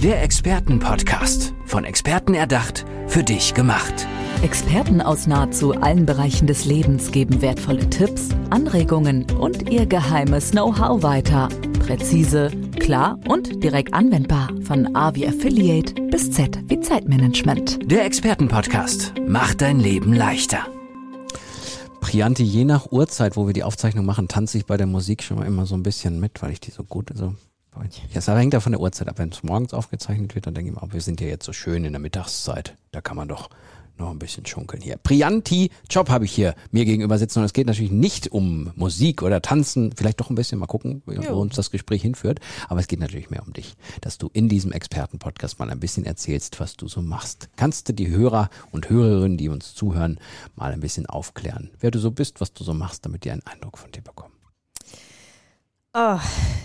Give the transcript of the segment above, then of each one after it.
Der Experten-Podcast. Von Experten erdacht, für dich gemacht. Experten aus nahezu allen Bereichen des Lebens geben wertvolle Tipps, Anregungen und ihr geheimes Know-how weiter. Präzise, klar und direkt anwendbar. Von A wie Affiliate bis Z wie Zeitmanagement. Der Experten-Podcast macht dein Leben leichter. Priyanti, je nach Uhrzeit, wo wir die Aufzeichnung machen, tanze ich bei der Musik schon mal immer so ein bisschen mit, weil ich die so gut, ja, das hängt ja von der Uhrzeit ab. Wenn es morgens aufgezeichnet wird, dann denke ich mir, wir sind ja jetzt so schön in der Mittagszeit. Da kann man doch noch ein bisschen schunkeln hier. Priyanti Choph habe ich hier mir gegenüber sitzen und es geht natürlich nicht um Musik oder Tanzen, vielleicht doch ein bisschen, mal gucken, wo uns das Gespräch hinführt, aber es geht natürlich mehr um dich, dass du in diesem Experten-Podcast mal ein bisschen erzählst, was du so machst. Kannst du die Hörer und Hörerinnen, die uns zuhören, mal ein bisschen aufklären, wer du so bist, was du so machst, damit die einen Eindruck von dir bekommen? Oh.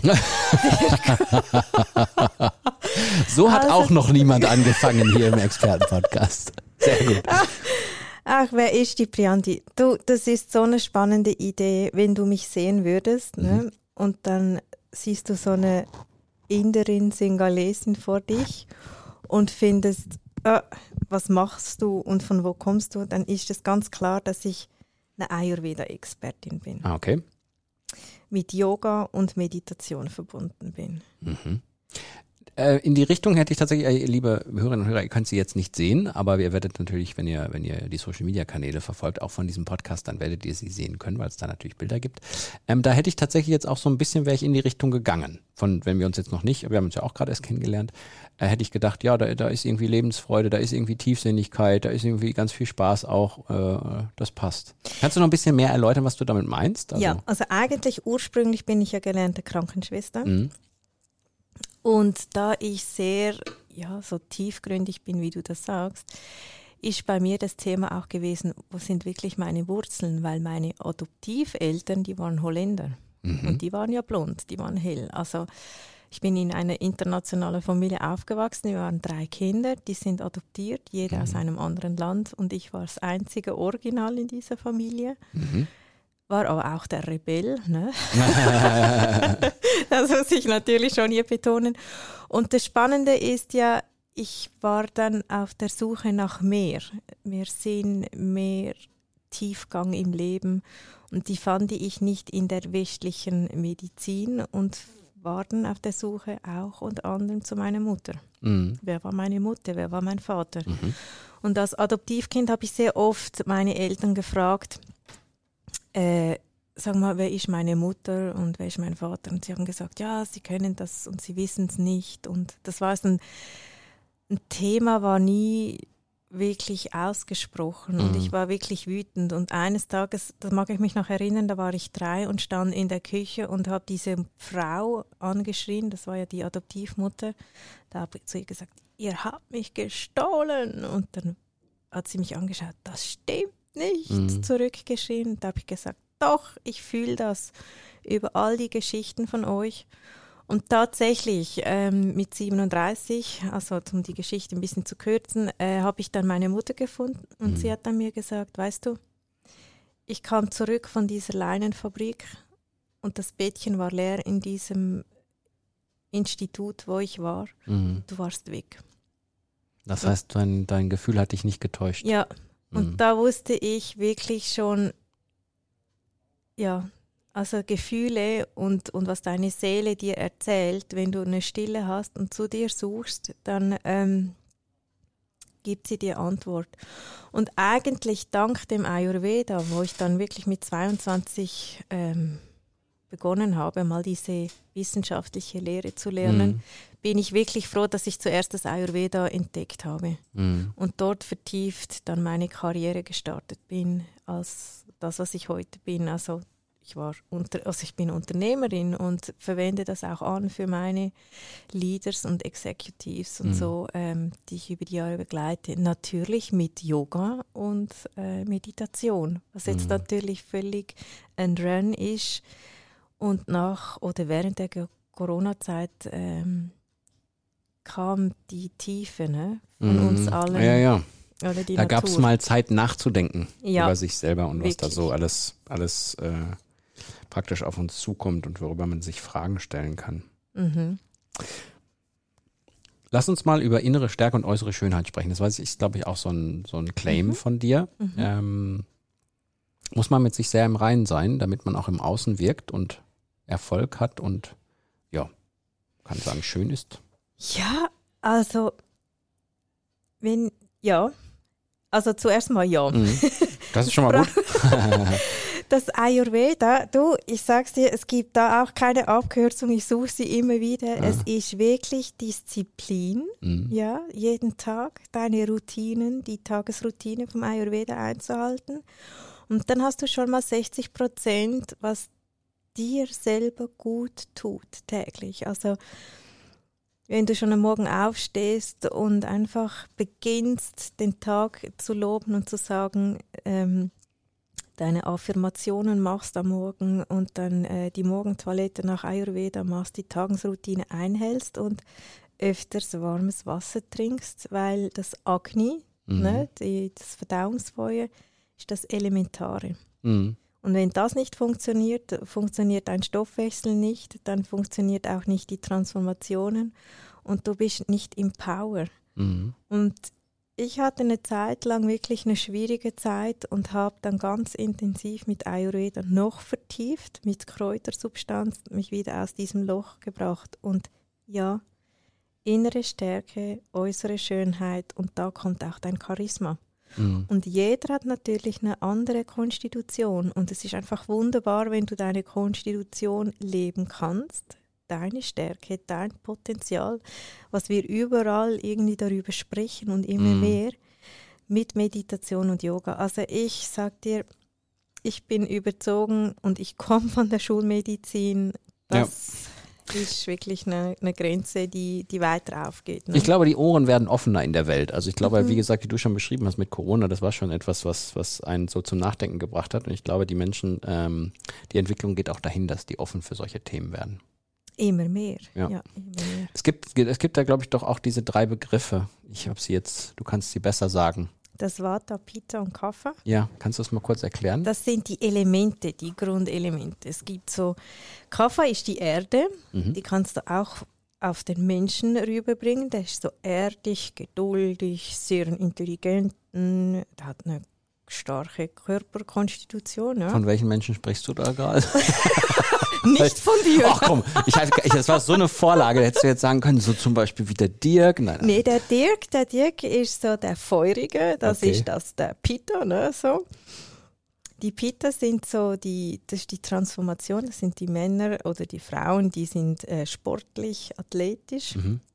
So hat auch noch niemand angefangen hier im Experten-Podcast. Sehr gut. Ach, wer ist die Priyanti? Du, das ist so eine spannende Idee, wenn du mich sehen würdest, ne? Und dann siehst du so eine Inderin, Singalesin vor dich und findest, was machst du und von wo kommst du? Dann ist es ganz klar, dass ich eine Ayurveda-Expertin bin. Ah, okay. Mit Yoga und Meditation verbunden bin. Mhm. In die Richtung hätte ich tatsächlich, liebe Hörerinnen und Hörer, ihr könnt sie jetzt nicht sehen, aber ihr werdet natürlich, wenn ihr die Social-Media-Kanäle verfolgt, auch von diesem Podcast, dann werdet ihr sie sehen können, weil es da natürlich Bilder gibt. Da hätte ich tatsächlich jetzt auch so ein bisschen, wäre ich in die Richtung gegangen. Wenn wir uns jetzt noch nicht, wir haben uns ja auch gerade erst kennengelernt, hätte ich gedacht, ja, da ist irgendwie Lebensfreude, da ist irgendwie Tiefsinnigkeit, da ist irgendwie ganz viel Spaß auch, das passt. Kannst du noch ein bisschen mehr erläutern, was du damit meinst? Also eigentlich ursprünglich bin ich ja gelernte Krankenschwester. Mhm. Und da ich sehr, so tiefgründig bin, wie du das sagst, ist bei mir das Thema auch gewesen, wo sind wirklich meine Wurzeln? Weil meine Adoptiveltern, die waren Holländer. Und die waren ja blond, die waren hell. Also ich bin in einer internationalen Familie aufgewachsen, wir waren 3 Kinder, die sind adoptiert, jeder aus einem anderen Land. Und ich war das einzige Original in dieser Familie. War aber auch der Rebell, ne? Das muss ich natürlich schon hier betonen. Und das Spannende ist ja, ich war dann auf der Suche nach mehr Sinn, mehr Tiefgang im Leben. Und die fand ich nicht in der westlichen Medizin und war dann auf der Suche auch unter anderem zu meiner Mutter. Wer war meine Mutter, wer war mein Vater? Und als Adoptivkind habe ich sehr oft meine Eltern gefragt, sag mal, wer ist meine Mutter und wer ist mein Vater? Und sie haben gesagt, ja, sie können das und sie wissen es nicht. Und das war ein Thema, war nie wirklich ausgesprochen und ich war wirklich wütend. Und eines Tages, da mag ich mich noch erinnern, da war ich 3 und stand in der Küche und habe diese Frau angeschrien, das war ja die Adoptivmutter. Da habe ich zu ihr gesagt, ihr habt mich gestohlen. Und dann hat sie mich angeschaut, das stimmt nicht, zurückgeschrien. Da habe ich gesagt, doch, ich fühle das über all die Geschichten von euch. Und tatsächlich mit 37, also um die Geschichte ein bisschen zu kürzen, habe ich dann meine Mutter gefunden und sie hat dann mir gesagt, weißt du, ich kam zurück von dieser Leinenfabrik und das Bettchen war leer in diesem Institut, wo ich war. Du warst weg. Das heißt, dein Gefühl hat dich nicht getäuscht. Ja. Und da wusste ich wirklich schon, also Gefühle und was deine Seele dir erzählt, wenn du eine Stille hast und zu dir suchst, dann gibt sie dir Antwort. Und eigentlich dank dem Ayurveda, wo ich dann wirklich mit 22 begonnen habe, mal diese wissenschaftliche Lehre zu lernen, bin ich wirklich froh, dass ich zuerst das Ayurveda entdeckt habe und dort vertieft dann meine Karriere gestartet bin als das, was ich heute bin. Also ich bin Unternehmerin und verwende das auch an für meine Leaders und Executives und so, die ich über die Jahre begleite. Natürlich mit Yoga und Meditation, was jetzt natürlich völlig ein Run ist. Und während der Corona-Zeit kam die Tiefe, ne, von uns allen. Ja. Oder die da gab es mal Zeit nachzudenken über sich selber und wirklich. Was da so alles praktisch auf uns zukommt und worüber man sich Fragen stellen kann. Lass uns mal über innere Stärke und äußere Schönheit sprechen. Das weiß ich, ist, glaube ich, auch so ein Claim von dir. Muss man mit sich sehr im Reinen sein, damit man auch im Außen wirkt und Erfolg hat und ja, kann sagen, schön ist. Ja, also also zuerst mal ja. Das ist schon mal gut. Das Ayurveda, ich sag's dir, es gibt da auch keine Abkürzung, ich suche sie immer wieder. Ja. Es ist wirklich Disziplin, ja, jeden Tag deine Routinen, die Tagesroutine vom Ayurveda einzuhalten. Und dann hast du schon mal 60%, was dir selber gut tut täglich. Also wenn du schon am Morgen aufstehst und einfach beginnst, den Tag zu loben und zu sagen, deine Affirmationen machst am Morgen und dann die Morgentoilette nach Ayurveda machst, die Tagesroutine einhältst und öfters warmes Wasser trinkst, weil das Agni, das Verdauungsfeuer, ist das Elementare. Und wenn das nicht funktioniert, funktioniert dein Stoffwechsel nicht, dann funktioniert auch nicht die Transformationen und du bist nicht im Power. Und ich hatte eine Zeit lang wirklich eine schwierige Zeit und habe dann ganz intensiv mit Ayurveda noch vertieft, mit Kräutersubstanz mich wieder aus diesem Loch gebracht. Und ja, innere Stärke, äußere Schönheit und da kommt auch dein Charisma. Und jeder hat natürlich eine andere Konstitution und es ist einfach wunderbar, wenn du deine Konstitution leben kannst, deine Stärke, dein Potenzial, was wir überall irgendwie darüber sprechen und immer mehr mit Meditation und Yoga. Also ich sag dir, ich bin überzogen und ich komme von der Schulmedizin. Das ist wirklich eine Grenze, die weiter aufgeht. Ne? Ich glaube, die Ohren werden offener in der Welt. Also ich glaube, wie gesagt, wie du schon beschrieben hast mit Corona, das war schon etwas, was einen so zum Nachdenken gebracht hat. Und ich glaube, die Menschen, die Entwicklung geht auch dahin, dass die offen für solche Themen werden. Immer mehr. Ja. Ja, immer mehr. Es gibt da, glaube ich, doch auch diese 3 Begriffe. Ich habe sie jetzt, du kannst sie besser sagen. Das Vata, Pitta und Kapha. Ja, kannst du das mal kurz erklären? Das sind die Elemente, die Grundelemente. Es gibt so, Kapha ist die Erde, die kannst du auch auf den Menschen rüberbringen. Der ist so erdig, geduldig, sehr intelligent, der hat eine starke Körperkonstitution. Ja. Von welchen Menschen sprichst du da gerade? Nicht von dir. Ach komm, das war so eine Vorlage, da hättest du jetzt sagen können, so zum Beispiel wie der Dirk. Nein. Nee, der Dirk ist so der Feurige, das ist der Pitta, ne, so. Die Pitta sind so das ist die Transformation, das sind die Männer oder die Frauen, die sind sportlich, athletisch,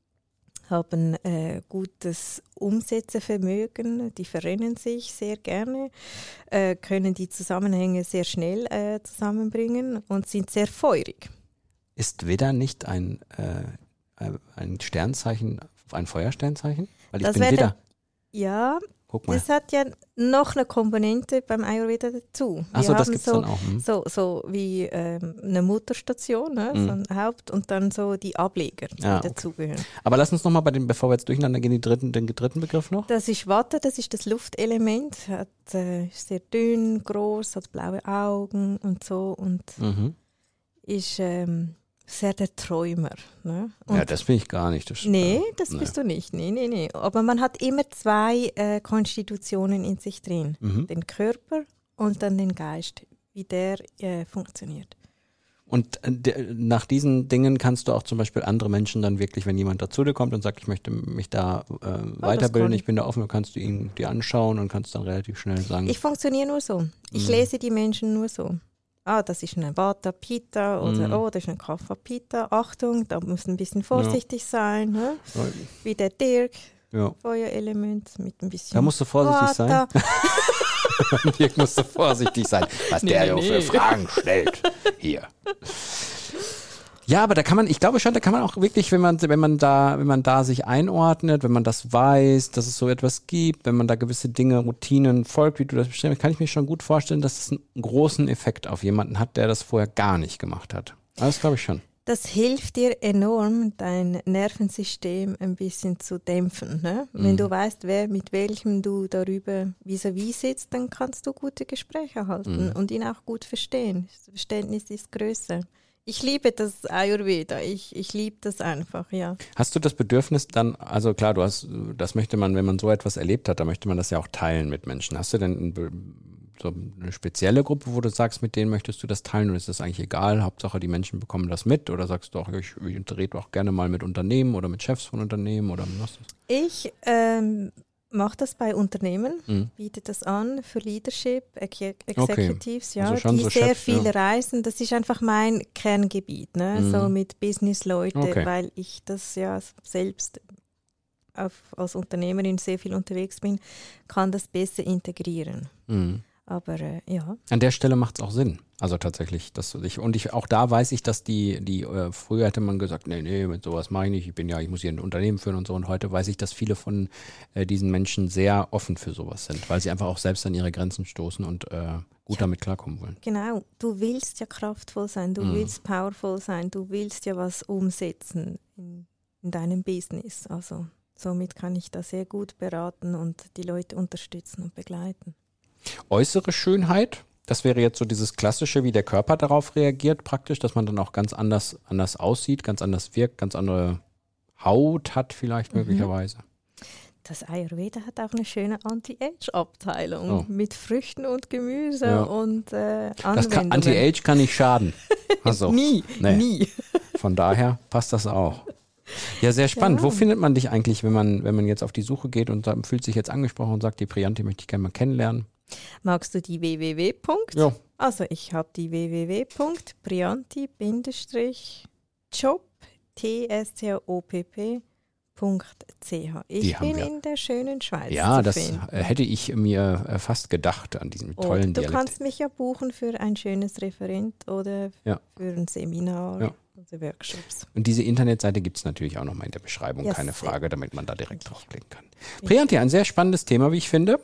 haben gutes Umsetzvermögen, die verrennen sich sehr gerne, können die Zusammenhänge sehr schnell zusammenbringen und sind sehr feurig. Ist Widder nicht ein Sternzeichen, ein Feuersternzeichen? Weil ich bin Widder. Ja, guck mal. Das hat ja noch eine Komponente beim Ayurveda dazu. Achso, das gibt es dann auch. So wie eine Mutterstation, ne? So ein Haupt und dann so die Ableger, die dazugehören. Aber lass uns nochmal bevor wir jetzt durcheinander gehen, den dritten Begriff noch. Das ist Vata, das ist das Luftelement, ist sehr dünn, groß, hat blaue Augen und so und ist sehr der Träumer. Ne? Ja, das bin ich gar nicht. Das bist du nicht. Nee. Aber man hat immer 2 Konstitutionen in sich drin. Den Körper und dann den Geist, wie der funktioniert. Und nach diesen Dingen kannst du auch zum Beispiel andere Menschen dann wirklich, wenn jemand dazu dir kommt und sagt, ich möchte mich da weiterbilden, ich bin da offen, kannst du ihn dir anschauen und kannst dann relativ schnell sagen. Ich funktioniere nur so. Ich lese die Menschen nur so. Das ist ein Vata Pitta oder das ist ein Kapha Pitta. Achtung, da muss ein bisschen vorsichtig sein. Ne? Wie der Dirk, Feuerelement mit ein bisschen. Da musst du vorsichtig sein. Dirk musst du vorsichtig sein, was der für Fragen stellt. Hier. Ja, aber da kann man auch wirklich, wenn man da sich einordnet, wenn man das weiß, dass es so etwas gibt, wenn man da gewisse Dinge, Routinen folgt, wie du das beschreibst, kann ich mir schon gut vorstellen, dass es einen großen Effekt auf jemanden hat, der das vorher gar nicht gemacht hat. Das glaube ich schon. Das hilft dir enorm, dein Nervensystem ein bisschen zu dämpfen. Ne? Wenn du weißt, wer mit welchem du darüber vis-à-vis sitzt, dann kannst du gute Gespräche halten und ihn auch gut verstehen. Das Verständnis ist größer. Ich liebe das Ayurveda, ich liebe das einfach, ja. Hast du das Bedürfnis dann, also klar, das möchte man, wenn man so etwas erlebt hat, da möchte man das ja auch teilen mit Menschen. Hast du denn so eine spezielle Gruppe, wo du sagst, mit denen möchtest du das teilen oder ist das eigentlich egal? Hauptsache die Menschen bekommen das mit oder sagst du auch, ich rede auch gerne mal mit Unternehmen oder mit Chefs von Unternehmen oder was? Ich mache das bei Unternehmen, biete das an für Leadership, Executives, Also die so sehr Chefs, viel reisen. Das ist einfach mein Kerngebiet, ne? So mit Business-Leute, weil ich das ja selbst als Unternehmerin sehr viel unterwegs bin, kann das besser integrieren. Aber ja. An der Stelle macht es auch Sinn. Also tatsächlich, auch da weiß ich, dass früher hätte man gesagt, nee, mit sowas mache ich nicht, ich muss hier ein Unternehmen führen und so. Und heute weiß ich, dass viele von diesen Menschen sehr offen für sowas sind, weil sie einfach auch selbst an ihre Grenzen stoßen und gut damit klarkommen wollen. Genau, du willst ja kraftvoll sein, du willst powerful sein, du willst ja was umsetzen in deinem Business. Also somit kann ich da sehr gut beraten und die Leute unterstützen und begleiten. Äußere Schönheit, das wäre jetzt so dieses Klassische, wie der Körper darauf reagiert praktisch, dass man dann auch ganz anders aussieht, ganz anders wirkt, ganz andere Haut hat vielleicht möglicherweise. Das Ayurveda hat auch eine schöne Anti-Age-Abteilung mit Früchten und Gemüse und Anwendungen. Anti-Age kann nicht schaden. Also, nie. Von daher passt das auch. Ja, sehr spannend. Ja. Wo findet man dich eigentlich, wenn man jetzt auf die Suche geht und fühlt sich jetzt angesprochen und sagt, die Priyanti möchte ich gerne mal kennenlernen? Magst du die www. Ja. Also ich habe die www.priyanti-jopp.ch. Ich bin in der schönen Schweiz. Ja, das hätte ich mir fast gedacht an diesem tollen Dialekt. Du kannst mich ja buchen für ein schönes Referent oder für ein Seminar. Ja. Workshops. Und diese Internetseite gibt es natürlich auch nochmal in der Beschreibung, keine Frage, damit man da direkt draufklicken kann. Priyanti, ein sehr spannendes Thema, wie ich finde.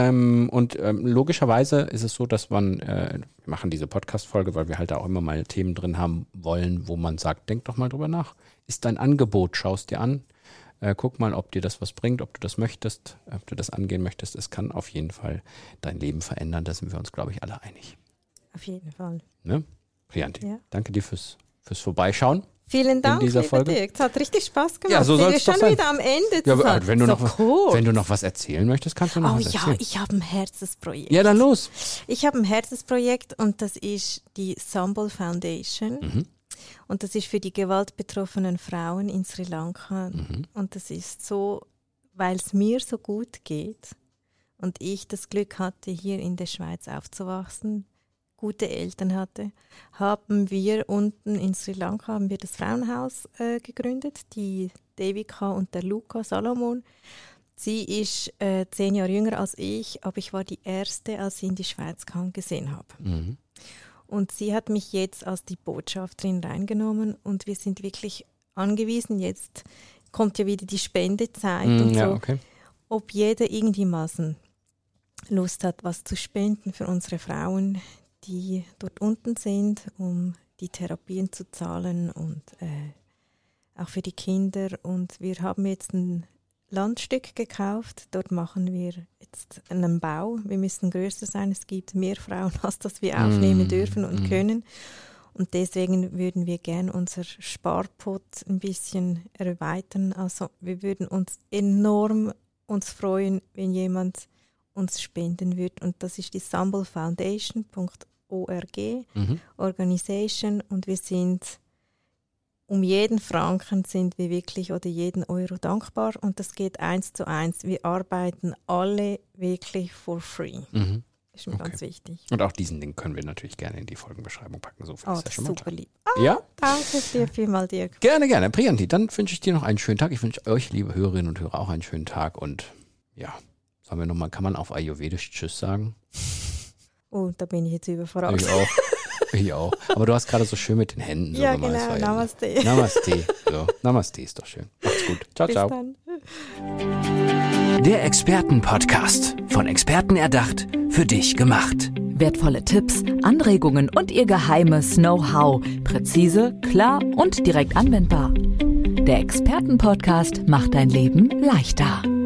Logischerweise ist es so, dass wir machen diese Podcast-Folge, weil wir halt auch immer mal Themen drin haben wollen, wo man sagt, denk doch mal drüber nach. Ist dein Angebot, schaust dir an, guck mal, ob dir das was bringt, ob du das möchtest, ob du das angehen möchtest. Es kann auf jeden Fall dein Leben verändern, da sind wir uns, glaube ich, alle einig. Auf jeden Fall. Ne? Priyanti, danke dir fürs Vorbeischauen. Vielen Dank, lieber Dirk. Es hat richtig Spaß gemacht. Ja, so soll es doch sein. Wieder am Ende wenn du noch was erzählen möchtest, kannst du noch was erzählen. Ich habe ein Herzensprojekt. Ja, dann los. Ich habe ein Herzensprojekt und das ist die Sambal Foundation. Und das ist für die gewaltbetroffenen Frauen in Sri Lanka. Und das ist so, weil es mir so gut geht und ich das Glück hatte, hier in der Schweiz aufzuwachsen, gute Eltern hatte, haben wir unten in Sri Lanka das Frauenhaus gegründet, die Devika und der Luca Salomon. Sie ist 10 Jahre jünger als ich, aber ich war die Erste, als sie in die Schweiz kam, gesehen habe. Und sie hat mich jetzt als die Botschafterin reingenommen und wir sind wirklich angewiesen. Jetzt kommt ja wieder die Spendezeit und so. Okay. Ob jeder irgendwie mal Lust hat, was zu spenden für unsere Frauen, die dort unten sind, um die Therapien zu zahlen und auch für die Kinder. Und wir haben jetzt ein Landstück gekauft. Dort machen wir jetzt einen Bau. Wir müssen größer sein. Es gibt mehr Frauen, als dass wir aufnehmen dürfen und können. Und deswegen würden wir gerne unser Sparpot ein bisschen erweitern. Also wir würden uns enorm freuen, wenn jemand uns spenden wird. Und das ist die sambalfoundation.org Organisation. Und wir sind um jeden Franken sind wir wirklich oder jeden Euro dankbar. Und das geht 1:1. Wir arbeiten alle wirklich for free. Das ist mir ganz wichtig. Und auch diesen Link können wir natürlich gerne in die Folgenbeschreibung packen. So viel ist ja schon mal super lieb. Ja? Danke dir vielmals, Dirk. Gerne. Priyanti, dann wünsche ich dir noch einen schönen Tag. Ich wünsche euch, liebe Hörerinnen und Hörer, auch einen schönen Tag. Und ja, sagen wir nochmal, kann man auf Ayurvedisch Tschüss sagen? Oh, da bin ich jetzt überfragt. Ich auch. Aber du hast gerade so schön mit den Händen. Ja, genau. Namaste. Namaste. So. Namaste ist doch schön. Macht's gut. Ciao, Bis ciao. Dann. Der Expertenpodcast. Von Experten erdacht, für dich gemacht. Wertvolle Tipps, Anregungen und ihr geheimes Know-how. Präzise, klar und direkt anwendbar. Der Expertenpodcast macht dein Leben leichter.